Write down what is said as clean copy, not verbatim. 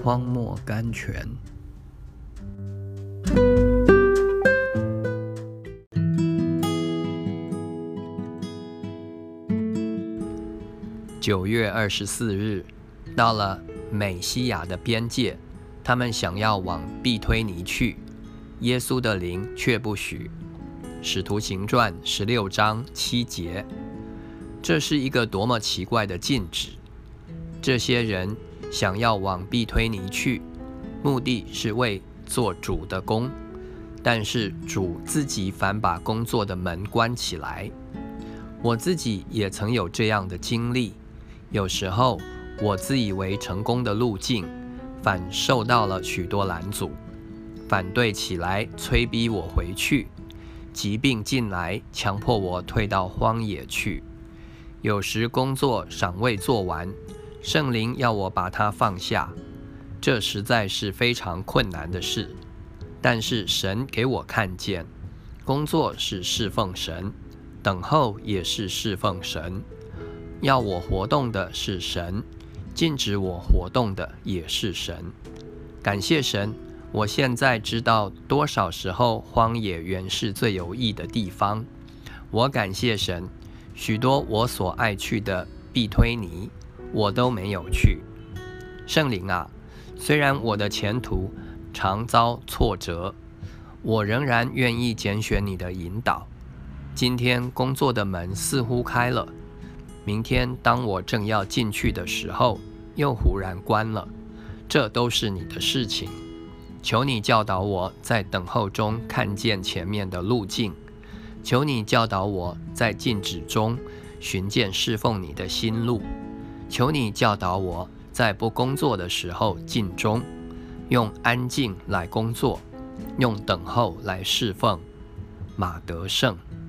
荒漠甘泉。9月24日，到了美西亚的边界，他们想要往庇推尼去，耶稣的灵却不许。使徒行传16章7节，这是一个多么奇怪的禁止！这些人想要往庇推尼去，目的是为做主的工，但是主自己反把工作的门关起来。我自己也曾有这样的经历，有时候我自以为成功的路径，反受到了许多拦阻，反对起来，催逼我回去。疾病进来，强迫我退到荒野去。有时工作尚未做完，圣灵要我把它放下，这实在是非常困难的事。但是神给我看见，工作是侍奉神，等候也是侍奉神。要我活动的是神，禁止我活动的也是神。感谢神，我现在知道多少时候荒野原是最有益的地方。我感谢神，许多我所爱去的庇推尼，我都没有去。圣灵啊，虽然我的前途常遭挫折，我仍然愿意拣选你的引导。今天工作的门似乎开了，明天当我正要进去的时候，又忽然关了，这都是你的事情。求你教导我在等候中看见前面的路径，求你教导我在禁止中寻见侍奉你的心路，求你教导我在不工作的时候尽忠，用安静来工作，用等候来侍奉。马得胜。